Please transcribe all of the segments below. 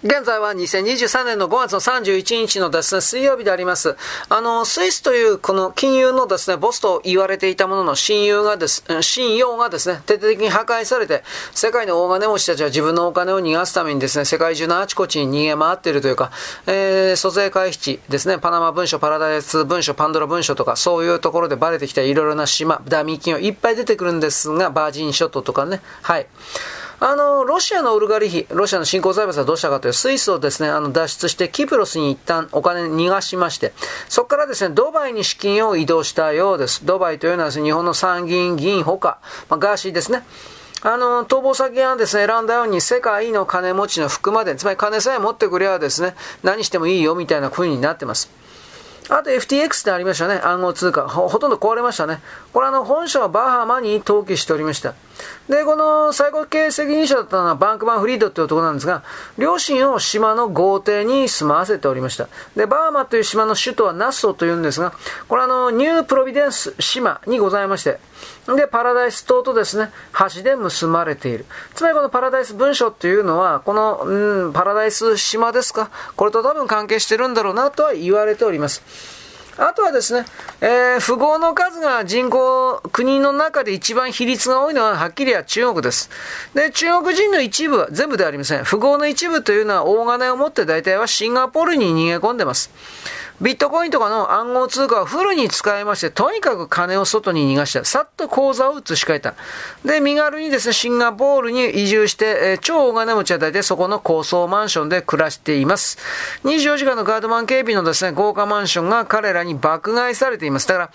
現在は2023年の5月の31日のですね、水曜日であります。スイスというこの金融のですね、ボスと言われていたものの信用がですね、徹底的に破壊されて、世界の大金持ちたちは自分のお金を逃がすためにですね、世界中のあちこちに逃げ回っているというか、租税回避地ですね、パナマ文書、パラダイス文書、パンドラ文書とか、そういうところでバレてきたいろいろな島、ダミー金をいっぱい出てくるんですが、バージン諸島とかね、はい。ロシアのオルガリヒ、ロシアの新興財閥はどうしたかというスイスをですね、脱出してキプロスに一旦お金逃がしまして、そこからですね、ドバイに資金を移動したようです。ドバイというのはですね、日本の参議院議員ほか、ガーシーですね。逃亡先がですね、選んだように世界の金持ちの服まで、つまり金さえ持ってくればですね、何してもいいよみたいな風になってます。あと FTX ってありましたね。暗号通貨。ほとんど壊れましたね。これ本社はバハマに登記しておりました。で、この最高経営責任者だったのはバンクマンフリードという男なんですが、両親を島の豪邸に住まわせておりました。で、バハマという島の首都はナッソーというんですが、これニュープロビデンス島にございまして、で、パラダイス島とですね、橋で結ばれている。つまりこのパラダイス文書っていうのは、この、パラダイス島ですか、これと多分関係してるんだろうなとは言われております。あとはですね、富豪の数が国の中で一番比率が多いのははっきりは中国です。で、中国人の一部は全部ではありません。富豪の一部というのは大金を持って大体はシンガポールに逃げ込んでます。ビットコインとかの暗号通貨をフルに使いまして、とにかく金を外に逃がした。さっと口座を移し替えた。で、身軽にですね、シンガポールに移住して、超大金持ちは大体そこの高層マンションで暮らしています。24時間のガードマン警備のですね、豪華マンションが彼らに爆買いされています。だから、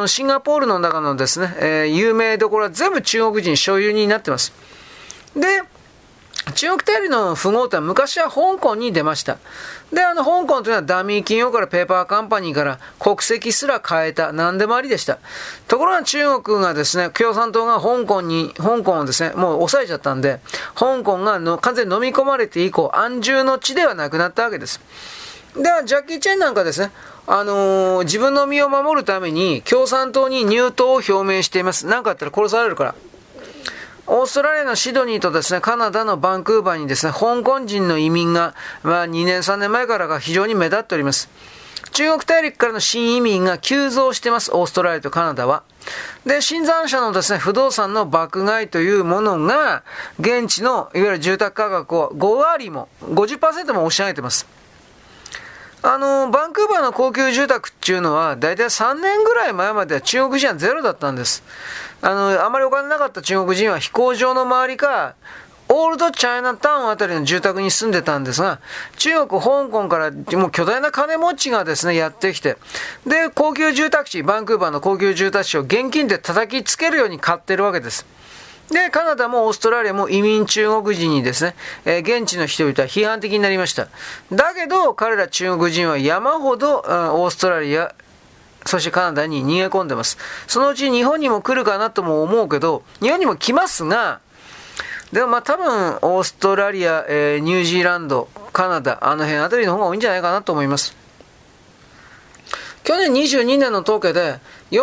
シンガポールの中のですね、有名どころは全部中国人所有になってます。で、中国大陸の富豪とは昔は香港に出ました。で、香港というのはダミー企業からペーパーカンパニーから国籍すら変えた何でもありでした。ところが中国がですね、共産党が香港をですね、もう抑えちゃったんで、香港が完全に飲み込まれて以降、安住の地ではなくなったわけです。では、ジャッキー・チェンなんかですね、自分の身を守るために共産党に入党を表明しています。何かあったら殺されるから。オーストラリアのシドニーとですね、カナダのバンクーバーにですね、香港人の移民が、2年3年前からが非常に目立っております。中国大陸からの新移民が急増しています、オーストラリアとカナダは。で、新参者のですね、不動産の爆買いというものが、現地のいわゆる住宅価格を5割も、50% も押し上げています。バンクーバーの高級住宅っていうのは、だいたい3年ぐらい前までは中国人はゼロだったんです。あまりお金なかった中国人は飛行場の周りか、オールドチャイナタウンあたりの住宅に住んでたんですが、中国、香港からもう巨大な金持ちがですね、やってきて、で、高級住宅地、バンクーバーの高級住宅地を現金で叩きつけるように買ってるわけです。で、カナダもオーストラリアも移民中国人にですね、現地の人々は批判的になりました。だけど、彼ら中国人は山ほど、オーストラリア、そしてカナダに逃げ込んでます。そのうち日本にも来るかなとも思うけど、日本にも来ますが、でも多分、オーストラリア、ニュージーランド、カナダ、あの辺あたりの方が多いんじゃないかなと思います。去年22年の統計で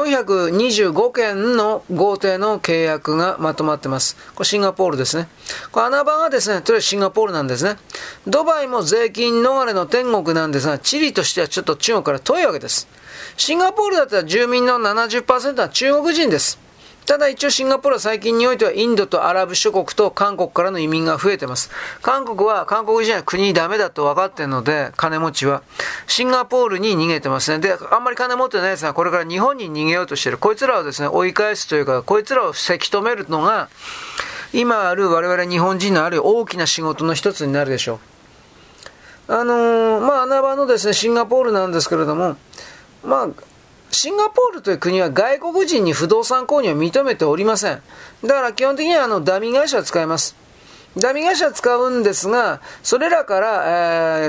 425件の豪邸の契約がまとまってます。これシンガポールですね。これ穴場がですね、とりあえずシンガポールなんですね。ドバイも税金逃れの天国なんですが、地理としてはちょっと中国から遠いわけです。シンガポールだったら住民の 70% は中国人です。ただ一応シンガポールは最近においてはインドとアラブ諸国と韓国からの移民が増えてます。韓国人は国ダメだと分かっているので、金持ちはシンガポールに逃げてますね。で、あんまり金持ってないですが、これから日本に逃げようとしている。こいつらをですね、追い返すというか、こいつらをせき止めるのが、今ある我々日本人のある大きな仕事の一つになるでしょう。穴場のですね、シンガポールなんですけれども、シンガポールという国は外国人に不動産購入を認めておりません。だから基本的にはダミー会社を使います。ダミー会社を使うんですが、それらから、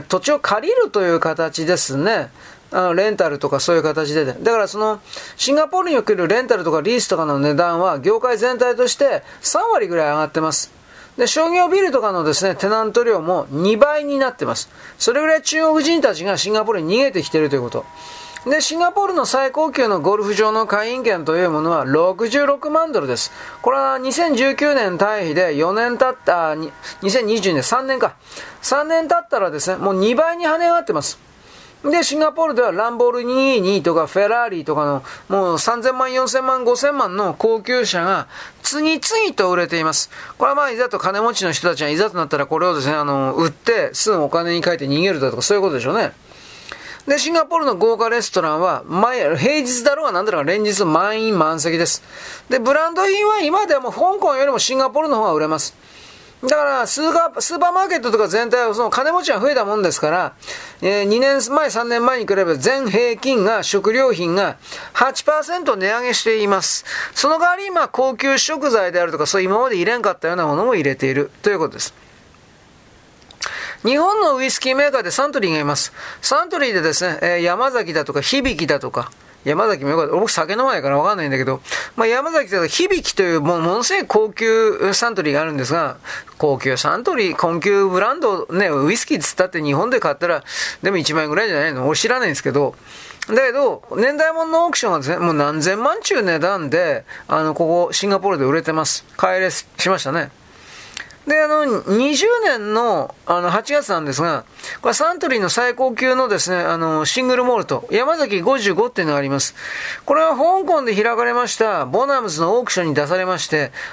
土地を借りるという形ですね。レンタルとかそういう形で。だからシンガポールにおけるレンタルとかリースとかの値段は業界全体として3割ぐらい上がってます。で、商業ビルとかのですね、テナント料も2倍になってます。それぐらい中国人たちがシンガポールに逃げてきているということ。 で、シンガポールの最高級のゴルフ場の会員権というものは66万ドルです。これは2019年対比で4年経った、2020年3年か。3年経ったらですね、もう2倍に跳ね上がってます。で、シンガポールではランボルギーニとかフェラーリとかのもう3000万、4000万、5000万の高級車が次々と売れています。これはまあいざと金持ちの人たちがいざとなったらこれをですね、売ってすぐお金に変えて逃げるだとかそういうことでしょうね。で、シンガポールの豪華レストランは、平日だろうが何だろうが連日満員満席です。で、ブランド品は今ではもう香港よりもシンガポールの方が売れます。だからスーパーマーケットとか全体はその金持ちが増えたもんですから、2年前、3年前に比べて全平均が食料品が 8% 値上げしています。その代わり今高級食材であるとかそう今まで入れんかったようなものも入れているということです。日本のウイスキーメーカーでサントリーがいます。サントリーでですね、山崎だとか響だとか、山崎もよかった。僕酒飲まないからわかんないんだけど、山崎とか響というものすごい高級サントリーがあるんですが、高級サントリー、高級ブランド、ね、ウイスキーっつったって日本で買ったら、でも1万円ぐらいじゃないの？俺知らないんですけど、だけど、年代物のオークションはですね、もう何千万中値段で、ここ、シンガポールで売れてます。買い入れしましたね。で、20年の、8月なんですが、これサントリーの最高級のですね、シングルモルト、山崎55っていうのがあります。これは香港で開かれました、ボナムズのオークションに出されまして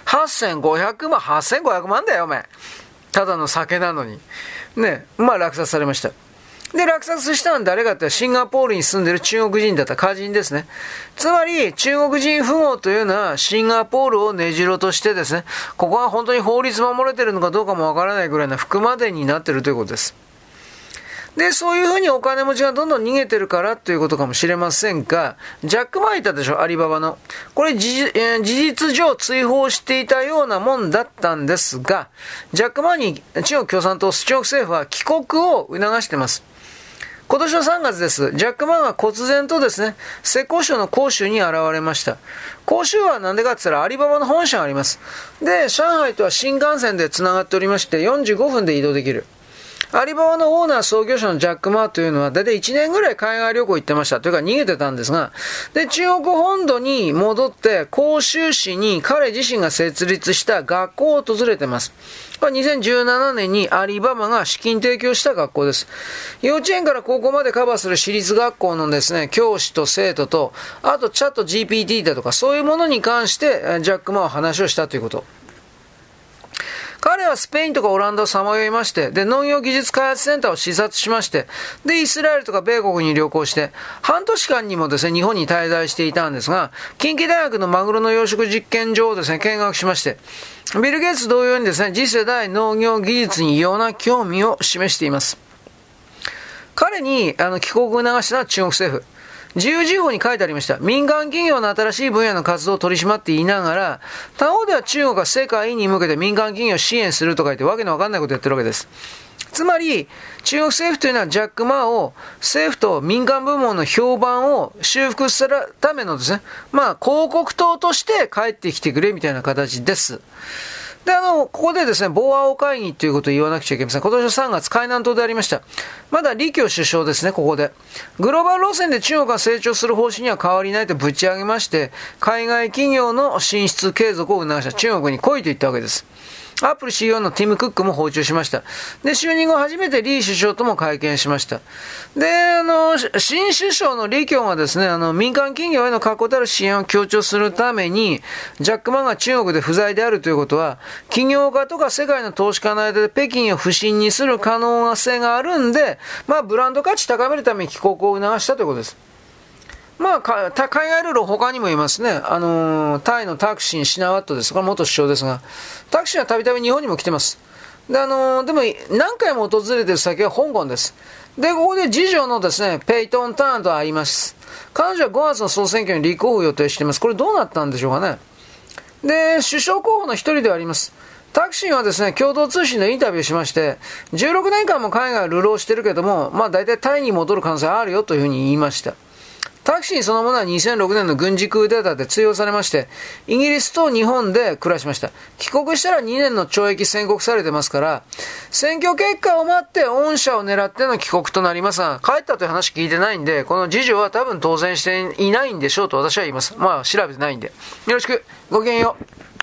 、8500万だよ、お前。ただの酒なのに。ね、落札されました。で、落札したのは誰かってシンガポールに住んでる中国人だった歌人ですね。つまり、中国人富豪というのはシンガポールを根城としてですね、ここは本当に法律守れてるのかどうかもわからないぐらいな服までになっているということです。で、そういうふうにお金持ちがどんどん逃げてるからということかもしれませんが、ジャック・マーいたでしょ、アリババの。これ事実上追放していたようなもんだったんですが、ジャック・マーに中国共産党、中国政府は帰国を促しています。今年の3月です。ジャック・マーが忽然とですね、浙江省の広州に現れました。広州はなんでかって言ったらアリババの本社があります。で、上海とは新幹線で繋がっておりまして45分で移動できる。アリババのオーナー創業者のジャック・マーというのは、だいたい1年ぐらい海外旅行行ってました。というか逃げてたんですが、で、中国本土に戻って、広州市に彼自身が設立した学校を訪れてます。これ2017年にアリババが資金提供した学校です。幼稚園から高校までカバーする私立学校のですね、教師と生徒と、あとチャット GPT だとか、そういうものに関して、ジャック・マーは話をしたということ。彼はスペインとかオランダをさまよいまして、で、農業技術開発センターを視察しまして、で、イスラエルとか米国に旅行して、半年間にもですね、日本に滞在していたんですが、近畿大学のマグロの養殖実験場をですね、見学しまして、ビル・ゲイツ同様にですね、次世代農業技術に異様な興味を示しています。彼に、帰国を促したのは中国政府。自由時報に書いてありました。民間企業の新しい分野の活動を取り締まっていながら、他方では中国が世界に向けて民間企業を支援するとか言ってわけのわかんないことをやってるわけです。つまり、中国政府というのはジャック・マーを政府と民間部門の評判を修復するためのですね、広告塔として帰ってきてくれみたいな形です。で、ここでですね、ボーアオ会議ということを言わなくちゃいけません。今年の3月、海南島でありました。まだ李強首相ですね、ここで。グローバル路線で中国が成長する方針には変わりないとぶち上げまして、海外企業の進出継続を促した中国に来いと言ったわけです。アップル CEO のティム・クックも訪中しました。で、就任後初めて李首相とも会見しました。で、新首相の李強がですね、民間企業への確固たる支援を強調するために、ジャック・マーが中国で不在であるということは、企業家とか世界の投資家の間で北京を不信にする可能性があるんで、ブランド価値高めるために帰国を促したということです。海外ルール他にもいますね。タイのタクシン・シナワットです。これ元首相ですが、タクシンはたびたび日本にも来てます。で、でも何回も訪れている先は香港です。で、ここで次女のですね、ペイトン・ターンと会います。彼女は5月の総選挙に立候補を予定しています。これどうなったんでしょうかね。で、首相候補の一人ではあります。タクシンはですね、共同通信のインタビューをしまして、16年間も海外を流浪してるけども、大体タイに戻る可能性あるよというふうに言いました。 タクシンそのものは2006年の軍事クーデターで追放されまして、イギリスと日本で暮らしました。帰国したら2年の懲役宣告されてますから、選挙結果を待って恩赦を狙っての帰国となりますが、帰ったという話聞いてないんで、この次女は多分当選していないんでしょうと私は言います。まあ調べてないんで。よろしく。ごきげんよう。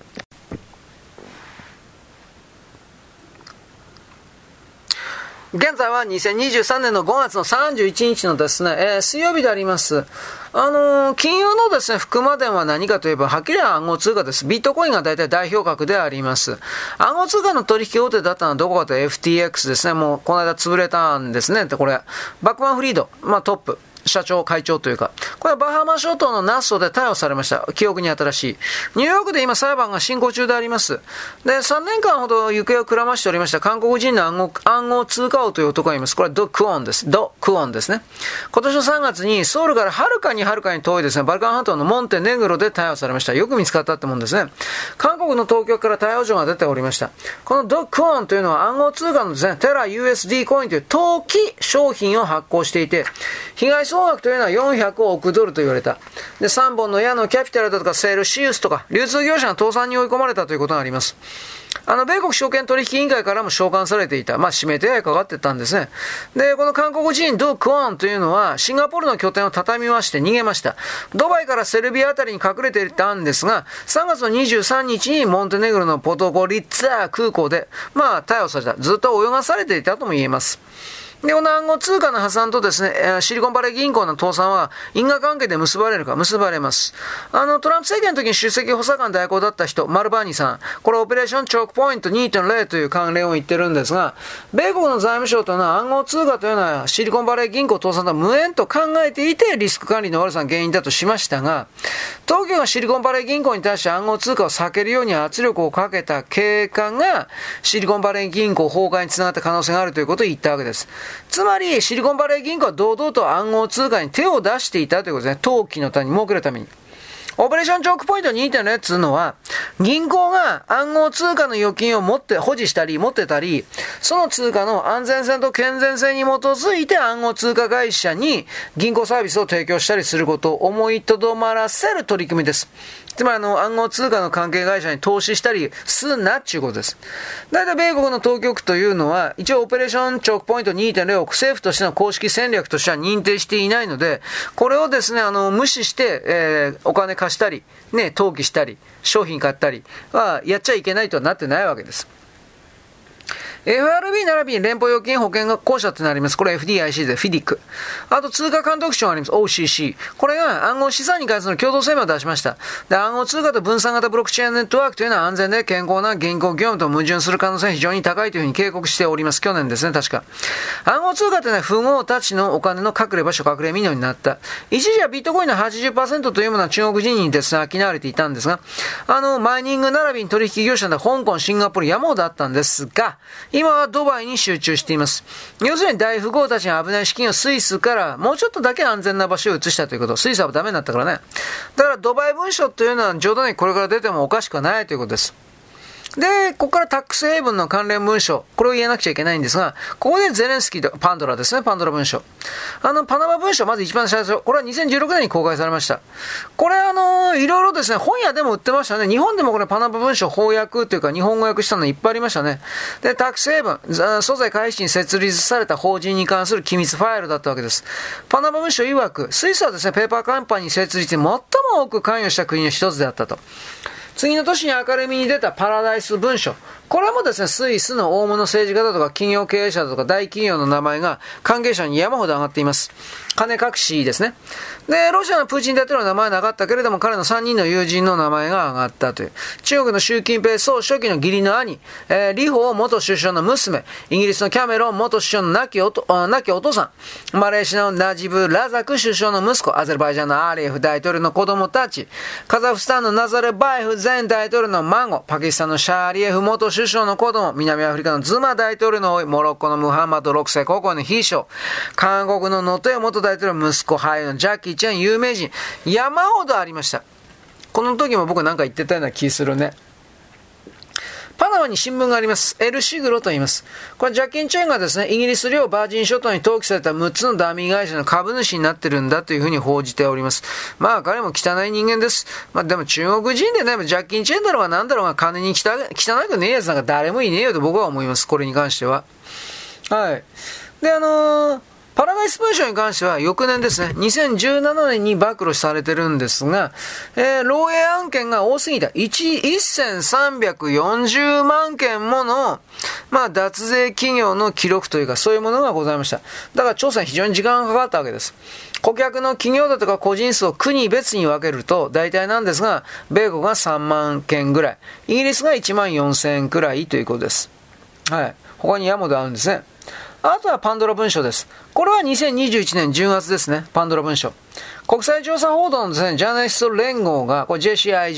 現在は2023年の5月の31日のですね、水曜日であります。金融のですね、福間伝は何かといえば、はっきり暗号通貨です。ビットコインが大体代表格であります。暗号通貨の取引大手だったのはどこかというと FTX ですね。もう、この間潰れたんですね。これ、バックマンフリード、トップ。社長、会長というか、これはバハマ諸島のナッソで逮捕されました。記憶に新しい。ニューヨークで今裁判が進行中であります。で、3年間ほど行方をくらましておりました韓国人の暗号通貨王という男がいます。これはド・クオンです。ド・クオンですね。今年の3月にソウルからはるかに遠いですね、バルカン半島のモンテネグロで逮捕されました。よく見つかったってもんですね。韓国の当局から逮捕状が出ておりました。このド・クオンというのは暗号通貨のですね、テラ USD コインという投機商品を発行していて、被害総額というのは400億ドルと言われた。で、3本の矢のキャピタルだとかセールシウスとか、流通業者が倒産に追い込まれたということがあります。米国証券取引委員会からも召喚されていた。指名手配かかってたんですね。で、この韓国人ド・クオンというのは、シンガポールの拠点を畳みまして逃げました。ドバイからセルビアあたりに隠れていたんですが、3月の23日にモンテネグロのポトゴリッツァ空港で、逮捕された。ずっと泳がされていたとも言えます。で、この暗号通貨の破産とですね、シリコンバレー銀行の倒産は因果関係で結ばれるか結ばれます。トランプ政権の時に出席補佐官代行だった人、マルバーニさん、これオペレーションチョークポイント 2.0 という関連を言ってるんですが、米国の財務省というのは暗号通貨というのはシリコンバレー銀行倒産とは無縁と考えていてリスク管理の悪さが原因だとしましたが、当局がシリコンバレー銀行に対して暗号通貨を避けるように圧力をかけた経過がシリコンバレー銀行崩壊につながった可能性があるということを言ったわけです。つまり、シリコンバレー銀行は堂々と暗号通貨に手を出していたということですね。投機の谷に儲けるために。オペレーションチョークポイント 2.0 というのは、銀行が暗号通貨の預金を保持したり、持ってたり、その通貨の安全性と健全性に基づいて暗号通貨会社に銀行サービスを提供したりすることを思いとどまらせる取り組みです。つまり暗号通貨の関係会社に投資したりすんなっていうことです。だいたい米国の当局というのは、一応オペレーションチョークポイント 2.0 を政府としての公式戦略としては認定していないので、これをですね、無視して、お金貸したり、ね、投機したり、商品買ったりはやっちゃいけないとはなってないわけです。FRB 並びに連邦預金保険公社となります。これ FDIC で FDIC。あと通貨監督庁があります。OCC。これが暗号資産に関する共同声明を出しました。で、暗号通貨と分散型ブロックチェーンネットワークというのは安全で健康な銀行業務と矛盾する可能性が非常に高いというふうに警告しております。去年ですね、確か。暗号通貨というのは富豪たちのお金の隠れ場所、隠れ蓑になった。一時はビットコインの 80% というものは中国人にですね、商われていたんですが、マイニング並びに取引業者で香港、シンガポール、山ほどあったんですが、今はドバイに集中しています。要するに大富豪たちが危ない資金をスイスからもうちょっとだけ安全な場所を移したということ。スイスはダメになったからね。だからドバイ文書というのは冗談にこれから出てもおかしくはないということです。で、ここからタックスヘイブンの関連文書、これを言えなくちゃいけないんですが、ここでゼレンスキーとパンドラですね、パンドラ文書。パナマ文書、まず一番最初、これは2016年に公開されました。これいろいろですね、本屋でも売ってましたね。日本でもこれパナマ文書翻訳というか日本語訳したのいっぱいありましたね。で、タックスヘイブン、租税回避に設立された法人に関する機密ファイルだったわけです。パナマ文書曰く、スイスはですね、ペーパーカンパニー設立に最も多く関与した国の一つであったと。次の年に明るみに出たパラダイス文書。これもですね、スイスの大物政治家だとか企業経営者だとか大企業の名前が関係者に山ほど上がっています。金隠しですね。で、ロシアのプーチン大統領の名前はなかったけれども、彼の3人の友人の名前が上がったという。中国の習近平総書記の義理の兄、李鵬元首相の娘、イギリスのキャメロン元首相の亡きお父さん、マレーシアのナジブ・ラザク首相の息子、アゼルバイジャンのアリエフ大統領の子供たち、カザフスタンのナザレバイフ前大統領の孫、パキスタンのシャーリエフ元首相の子供、南アフリカのズマ大統領の甥、モロッコのムハンマド6世高校の秘書、韓国のノトヨ元大統領の息子、俳優のジャッキー・チェン有名人、山ほどありました。この時も僕なんか言ってたような気するね。パナママに新聞があります。エルシグロと言います。これジャッキー・チェンがですね、イギリス領バージン諸島に登記された6つのダミー会社の株主になってるんだというふうに報じております。まあ彼も汚い人間です。まあでも中国人でね、ジャッキー・チェンだろうが何だろうが金に汚くねえやつなんか誰もいねえよと僕は思います。これに関しては。はい。で、パラダイス文書に関しては翌年ですね、2017年に暴露されてるんですが、漏洩案件が多すぎた。1340万件もの、脱税企業の記録というか、そういうものがございました。だから調査に非常に時間がかかったわけです。顧客の企業だとか個人数を国別に分けると、大体なんですが、米国が3万件ぐらい、イギリスが1万4000くらいということです。はい。他に山ほどあるんですね。あとはパンドラ文書です。これは2021年10月ですね。パンドラ文書。国際調査報道のですね、ジャーナリスト連合が、これ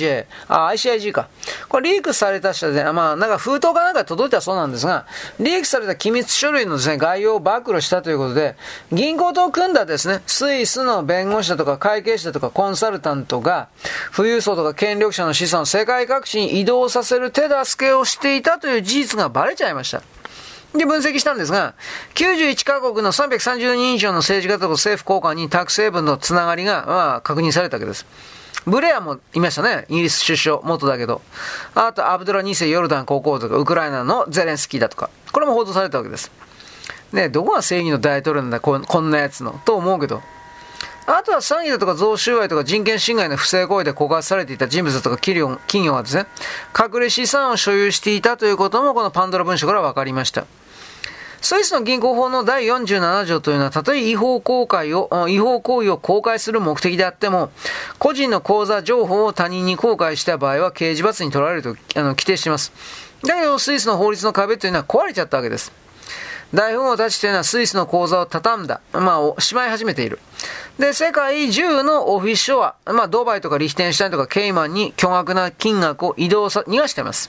ICIG か。これリークされた人で、なんか封筒かなんか届いたそうなんですが、リークされた機密書類のですね、概要を暴露したということで、銀行と組んだですね、スイスの弁護士だとか会計士だとかコンサルタントが、富裕層とか権力者の資産を世界各地に移動させる手助けをしていたという事実がバレちゃいました。で、分析したんですが、91カ国の330人以上の政治家と政府高官にタックスヘイブンのつながりが、確認されたわけです。ブレアもいましたね。イギリス首相、元だけど。あと、アブドラ2世ヨルダン国王とか、ウクライナのゼレンスキーだとか。これも報道されたわけです。ね、どこが正義の大統領なんだ、こんなやつの。と思うけど。あとは詐欺だとか贈収賄とか人権侵害の不正行為で告発されていた人物だとか企業がですね、隠れ資産を所有していたということもこのパンドラ文書から分かりました。スイスの銀行法の第47条というのは、たとえ違法行為を公開する目的であっても、個人の口座情報を他人に公開した場合は刑事罰に取られると規定しています。だけどスイスの法律の壁というのは壊れちゃったわけです。大富豪たちというのはスイスの口座を畳んだ。しまい始めている。で、世界中のオフィス署は、ドバイとかリヒテンシュタインとかケイマンに巨額な金額を逃がしています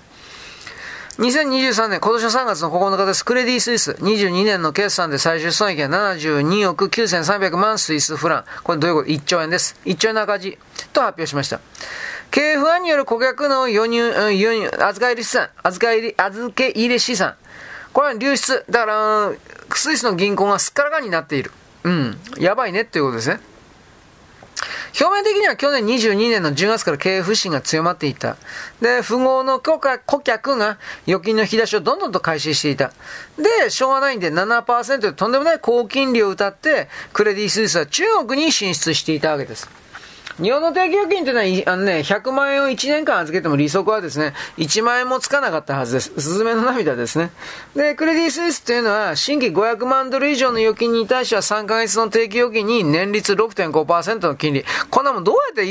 。2023年、今年の3月の9日です。クレディ・スイス、22年の決算で最終損益は72億9300万スイスフラン。これどういうこと ?1 兆円です。1兆円の赤字と発表しました。経営不安による顧客の預け入れ資産。これは流出。だから、スイスの銀行がすっからかんになっている。やばいねっていうことですね。表面的には去年22年の10月から経営不振が強まっていた。で、富豪の顧客が預金の引き出しをどんどんと開始していた。で、しょうがないんで 7% でとんでもない高金利を謳って、クレディ・スイスは中国に進出していたわけです。日本の定期預金というのは、100万円を1年間預けても利息はですね、1万円もつかなかったはずです。スズメの涙ですね。で、クレディ・スイスというのは、新規500万ドル以上の預金に対しては3ヶ月の定期預金に年率 6.5% の金利。こんなもんどうやって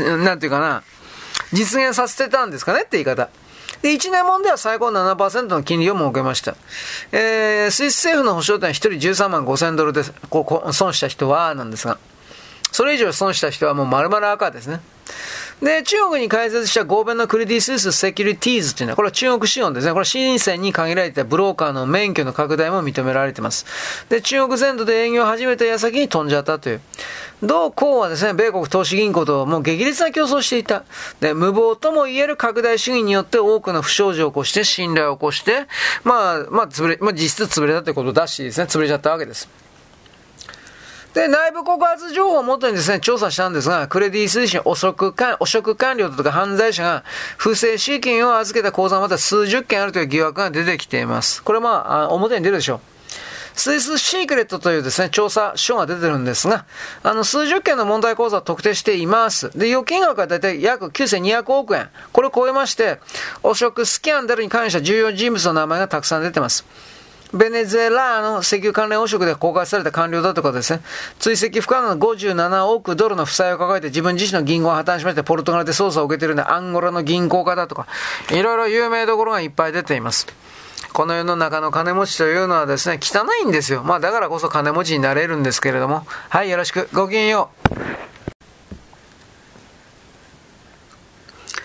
実現させてたんですかねって言い方。で、1年もんでは最高 7% の金利を設けました。スイス政府の保証点は1人13万5000ドルです。損した人は、なんですが。それ以上損した人はもう丸々赤ですね。で、中国に開設した合弁のクレディ・スイスセキュリティーズというのは、これは中国資本ですね。これは深センに限られたブローカーの免許の拡大も認められています。で、中国全土で営業を始めた矢先に飛んじゃったという。同行はですね、米国投資銀行ともう激烈な競争をしていた。で、無謀とも言える拡大主義によって多くの不祥事を起こして、信頼を起こして、実質潰れたということを出してですね、潰れちゃったわけです。で、内部告発情報をもとにですね、調査したんですが、クレディ・スイスに汚職官僚とか犯罪者が不正資金を預けた口座がまた数十件あるという疑惑が出てきています。これ表に出るでしょう。スイスシークレットというですね、調査書が出てるんですが、数十件の問題口座を特定しています。で、預金額はだいたい約9200億円。これを超えまして、汚職スキャンダルに関した重要人物の名前がたくさん出てます。ベネズエラの石油関連汚職で公開された官僚だとかですね、追跡不可能な57億ドルの負債を抱えて自分自身の銀行を破綻しまして、ポルトガルで捜査を受けているんで、アンゴラの銀行家だとか、いろいろ有名どころがいっぱい出ています。この世の中の金持ちというのはですね、汚いんですよ。だからこそ金持ちになれるんですけれども。はい、よろしく。ごきげんよう。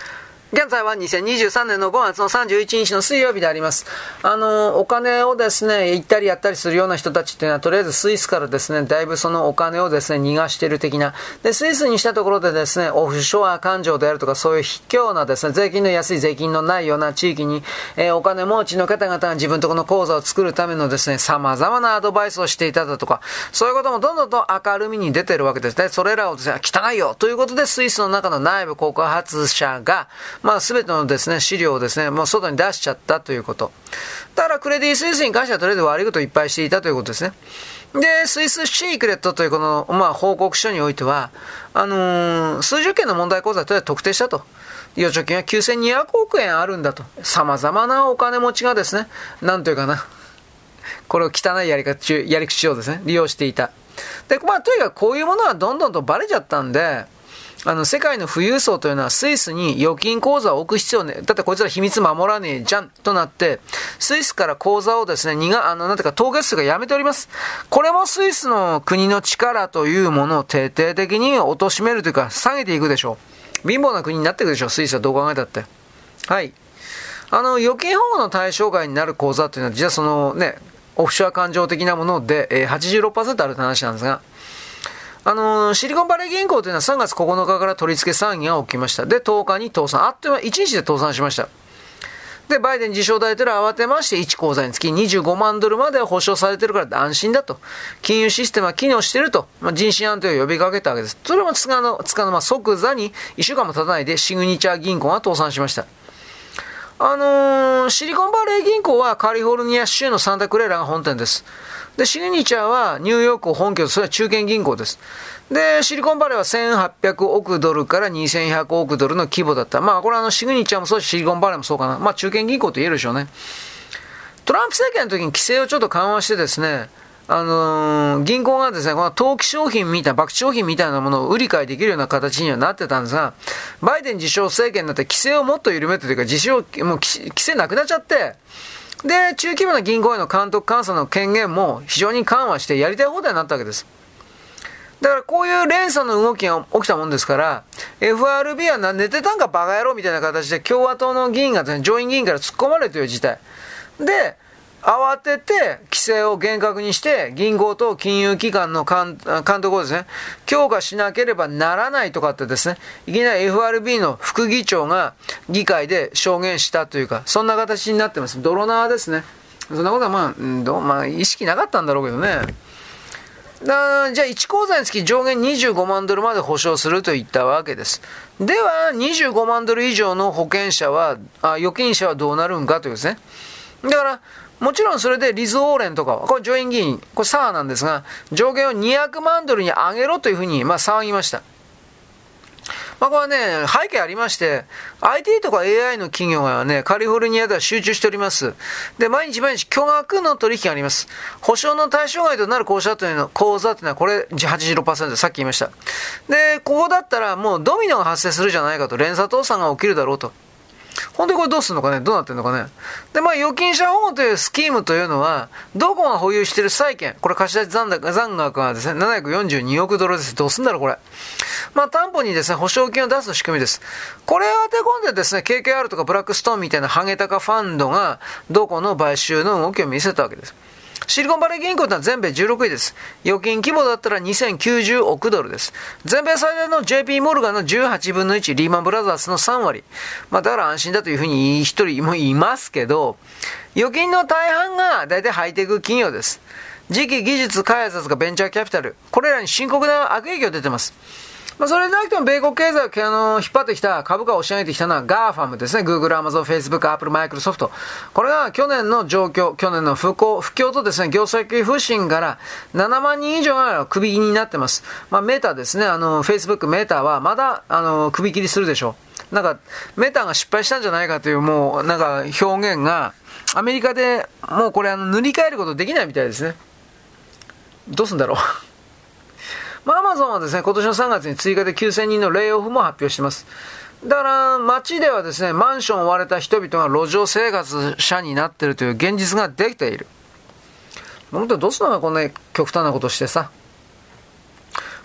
現在は2023年の5月の31日の水曜日であります。お金をですね、行ったりやったりするような人たちっていうのは、とりあえずスイスからですね、だいぶそのお金をですね、逃がしている的な。で、スイスにしたところでですね、オフショア勘定であるとか、そういう卑怯なですね、税金の安い税金のないような地域に、お金持ちの方々が自分とこの口座を作るためのですね、様々なアドバイスをしていただとか、そういうこともどんどんと明るみに出てるわけですね。それらをですね、汚いよということで、スイスの中の内部告発者が、すべてのですね、資料をですね、もう外に出しちゃったということ。だからクレディ・スイスに関してはとりあえず悪いことをいっぱいしていたということですね。で、スイスシークレットというこの、報告書においては、数十件の問題口座をとりあえず特定したと。預貯金は9200億円あるんだと。様々なお金持ちがですね、なんというかな、これを汚いやり口をですね、利用していた。で、とにかくこういうものはどんどんとバレちゃったんで、世界の富裕層というのはスイスに預金口座を置く必要ね。だってこいつら秘密守らねえじゃんとなって、スイスから口座をですね、凍結するがやめております。これもスイスの国の力というものを徹底的に貶めるというか、下げていくでしょう。貧乏な国になっていくでしょう、スイスはどう考えたって。はい。預金保護の対象外になる口座というのは、実はそのね、オフショア勘定的なもので、86% あるって話なんですが、シリコンバレー銀行というのは3月9日から取り付け騒ぎが起きました。で、10日に倒産。あっという間、1日で倒産しました。で、バイデン自称大統領は慌てまして1口座につき25万ドルまで保証されているから安心だと。金融システムは機能していると。人身安定を呼びかけたわけです。それもつかの即座に1週間も経たないでシグニチャー銀行が倒産しました。シリコンバレー銀行はカリフォルニア州のサンタクレラが本店です。で、シグニチャーはニューヨークを本拠とする中堅銀行です。で、シリコンバレーは1800億ドルから2100億ドルの規模だった。これはシグニチャーもそうし、シリコンバレーもそうかな。中堅銀行と言えるでしょうね。トランプ政権の時に規制をちょっと緩和してですね、銀行がですね、この投機商品みたいな、博打商品みたいなものを売り買いできるような形にはなってたんですが、バイデン自称政権になって規制をもっと緩めてというか、もう規制なくなっちゃって、で、中規模な銀行への監督監査の権限も非常に緩和してやりたい放題になったわけです。だからこういう連鎖の動きが起きたもんですから、FRB は寝てたんかバカ野郎みたいな形で共和党の議員がですね、上院議員から突っ込まれるという事態。で、慌てて規制を厳格にして銀行と金融機関の監督をですね、強化しなければならないとかってですね、いきなり FRB の副議長が議会で証言したというか、そんな形になってます。泥縄ですね。そんなことは意識なかったんだろうけどね。じゃあ1口座につき上限25万ドルまで保証するといったわけです。では25万ドル以上の預金者はどうなるんかというですね。だからもちろんそれでリズ・オーレンとかは、これ上院議員、これサーなんですが、上限を200万ドルに上げろというふうに騒ぎました。これはね、背景ありまして、IT とか AI の企業がね、カリフォルニアでは集中しております。で、毎日巨額の取引があります。保証の対象外となる口座というのはこれ 86%、さっき言いました。で、ここだったらもうドミノが発生するじゃないかと、連鎖倒産が起きるだろうと。本当にこれどうするのかね、どうなってるのかね。で、預金者保護というスキームというのは、どこが保有している債券、これ貸し出し残額がですね、742億ドルです。どうすんだろう、これ。担保にですね、保証金を出す仕組みです。これを当て込んでですね、KKR とかブラックストーンみたいなハゲタカファンドが、どこの買収の動きを見せたわけです。シリコンバレー銀行というのは全米16位です。預金規模だったら2090億ドルです。全米最大の JP モルガンの18分の1、リーマンブラザーズの3割。だから安心だというふうに言う一人もいますけど、預金の大半が大体ハイテク企業です。次期技術開発がベンチャーキャピタル。これらに深刻な悪影響が出てます。それでなくても米国経済を引っ張ってきた、株価を押し上げてきたのは GAFAM ですね。Google、Amazon、Facebook、Apple、Microsoft。これが去年の状況、去年の不況とですね、業績不振から7万人以上がクビになってます。メタですね。Facebook メタはまだ、クビ切りするでしょう。メタが失敗したんじゃないかという、表現が、アメリカでもうこれ塗り替えることできないみたいですね。どうすんだろう。アマゾンはですね、今年の3月に追加で9000人のレイオフも発表しています。だから、街ではですね、マンションを追われた人々が路上生活者になっているという現実ができている。本当にどうするのか、こんな極端なことしてさ。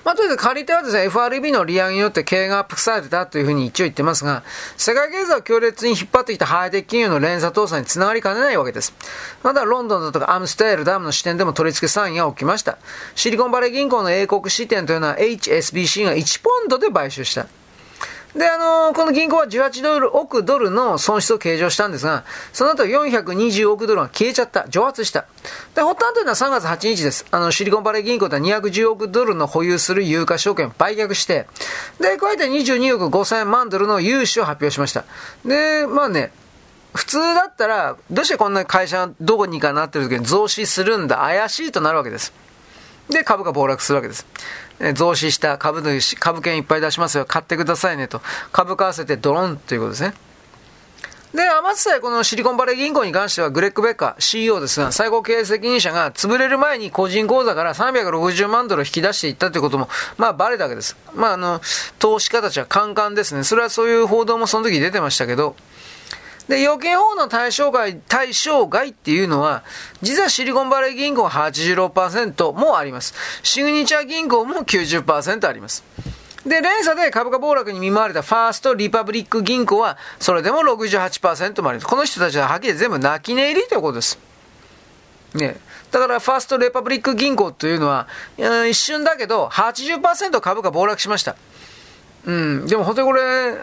とりあえず借り手はですね、FRB の利上げによって経営がアップされたというふうに一応言ってますが、世界経済を強烈に引っ張ってきたハイテク企業の連鎖倒産につながりかねないわけです。またロンドンだとかアムステルダムの支店でも取り付け騒ぎが起きました。シリコンバレー銀行の英国支店というのは HSBC が1ポンドで買収した。で、この銀行は18億ドルの損失を計上したんですが、その後420億ドルが消えちゃった。蒸発した。で、発端というのは3月8日です。シリコンバレー銀行では210億ドルの保有する有価証券を売却して、で、加えて22億5000万ドルの融資を発表しました。で、まあね、普通だったら、どうしてこんな会社がどこにかなってる時に増資するんだ、怪しいとなるわけです。で、株価暴落するわけです。増資した株券いっぱい出しますよ、買ってくださいねと、株買わせてドロンということですね。で、余ってさえこのシリコンバレー銀行に関してはグレッグ・ベッカー CEO ですが、最高経営責任者が潰れる前に個人口座から360万ドル引き出していったということも、まあバレたわけです。まあ投資家たちはカンカンですね。それはそういう報道もその時出てましたけど、で、預金保護の対象外っていうのは、実はシリコンバレー銀行は 86% もあります。シグニチャー銀行も 90% あります。で、連鎖で株価暴落に見舞われたファーストリパブリック銀行は、それでも 68% もあります。この人たちははっきり全部泣き寝入りということです。ね。だからファーストリパブリック銀行というのは、一瞬だけど 80% 株価暴落しました。でも本当にこれ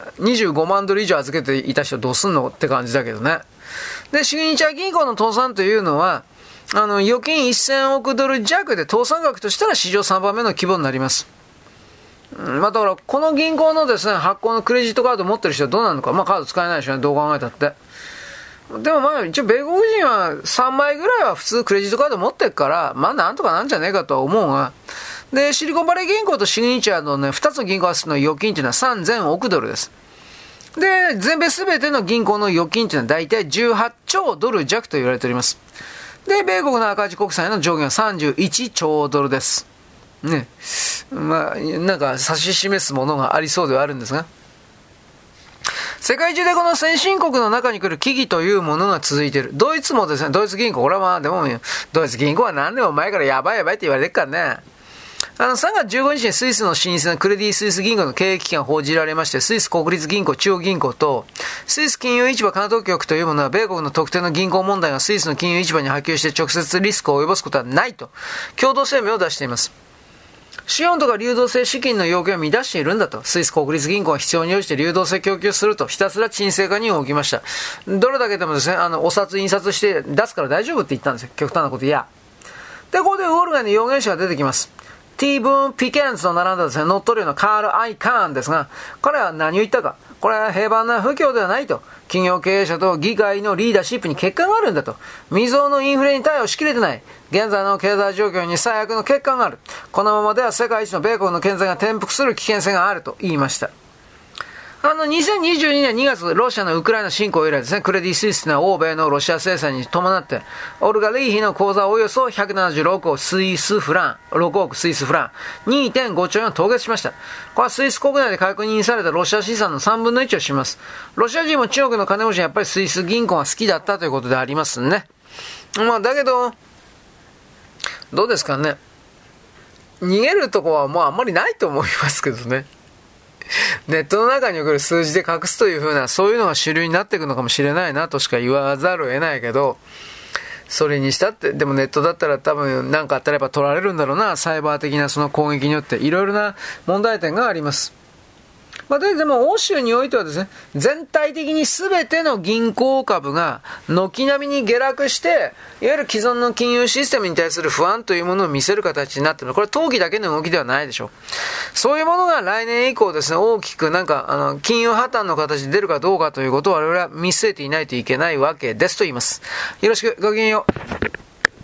25万ドル以上預けていた人どうすんのって感じだけどね。で、シグニチャー銀行の倒産というのは、預金1000億ドル弱で倒産額としたら史上3番目の規模になります。だからこの銀行のですね、発行のクレジットカード持ってる人はどうなるのか。カード使えないでしょうね、どう考えたって。でも一応米国人は3枚ぐらいは普通クレジットカード持ってるから、なんとかなんじゃねえかとは思うが、で、シリコンバレー銀行とシグニチャーのね、2つの銀行の預金というのは3000億ドルです。で、全米すべての銀行の預金というのは大体18兆ドル弱と言われております。で、米国の赤字国債の上限は31兆ドルです。ね。なんか指し示すものがありそうではあるんですが。世界中でこの先進国の中に来る危機というものが続いている。ドイツもですね、ドイツ銀行、これはでも、ドイツ銀行は何年も前からやばいって言われてるからね。3月15日にスイスの老舗のクレディ・スイス銀行の経営危機が報じられまして、スイス国立銀行、中央銀行と、スイス金融市場監督局というものは、米国の特定の銀行問題がスイスの金融市場に波及して直接リスクを及ぼすことはないと、共同声明を出しています。資本とか流動性資金の要件を満たしているんだと。スイス国立銀行は必要に応じて流動性供給すると、ひたすら沈静化に動きました。どれだけでもですね、お札印刷して出すから大丈夫って言ったんですよ。極端なことや。で、ここでウォルガンの預言者が出てきます。T ブーン・ピケンズと並んだですね、乗っ取るようなカール・アイ・カーンですが、彼は何を言ったか。これは平凡な不況ではないと。企業経営者と議会のリーダーシップに欠陥があるんだと。未曾有のインフレに対応しきれてない。現在の経済状況に最悪の欠陥がある。このままでは世界一の米国の経済が転覆する危険性があると言いました。2022年2月、ロシアのウクライナ侵攻以来ですね、クレディ・スイスの欧米のロシア制裁に伴って、オルガ・リーヒの口座およそ176億スイスフラン、2.5 兆円を凍結しました。これはスイス国内で確認されたロシア資産の3分の1を占めます。ロシア人も中国の金持ちはやっぱりスイス銀行が好きだったということでありますね。だけど、どうですかね。逃げるとこはもうあんまりないと思いますけどね。ネットの中に送る数字で隠すという風な、そういうのが主流になっていくのかもしれないなとしか言わざるを得ないけど、それにしたって、でもネットだったら多分何かあったらやっぱ取られるんだろうな、サイバー的なその攻撃によっていろいろな問題点があります。でも欧州においてはですね、全体的に全ての銀行株が軒並みに下落して、いわゆる既存の金融システムに対する不安というものを見せる形になっている。これは投機だけの動きではないでしょう。そういうものが来年以降ですね、大きく金融破綻の形で出るかどうかということを我々は見据えていないといけないわけですと言います。よろしく、ごきげんよう。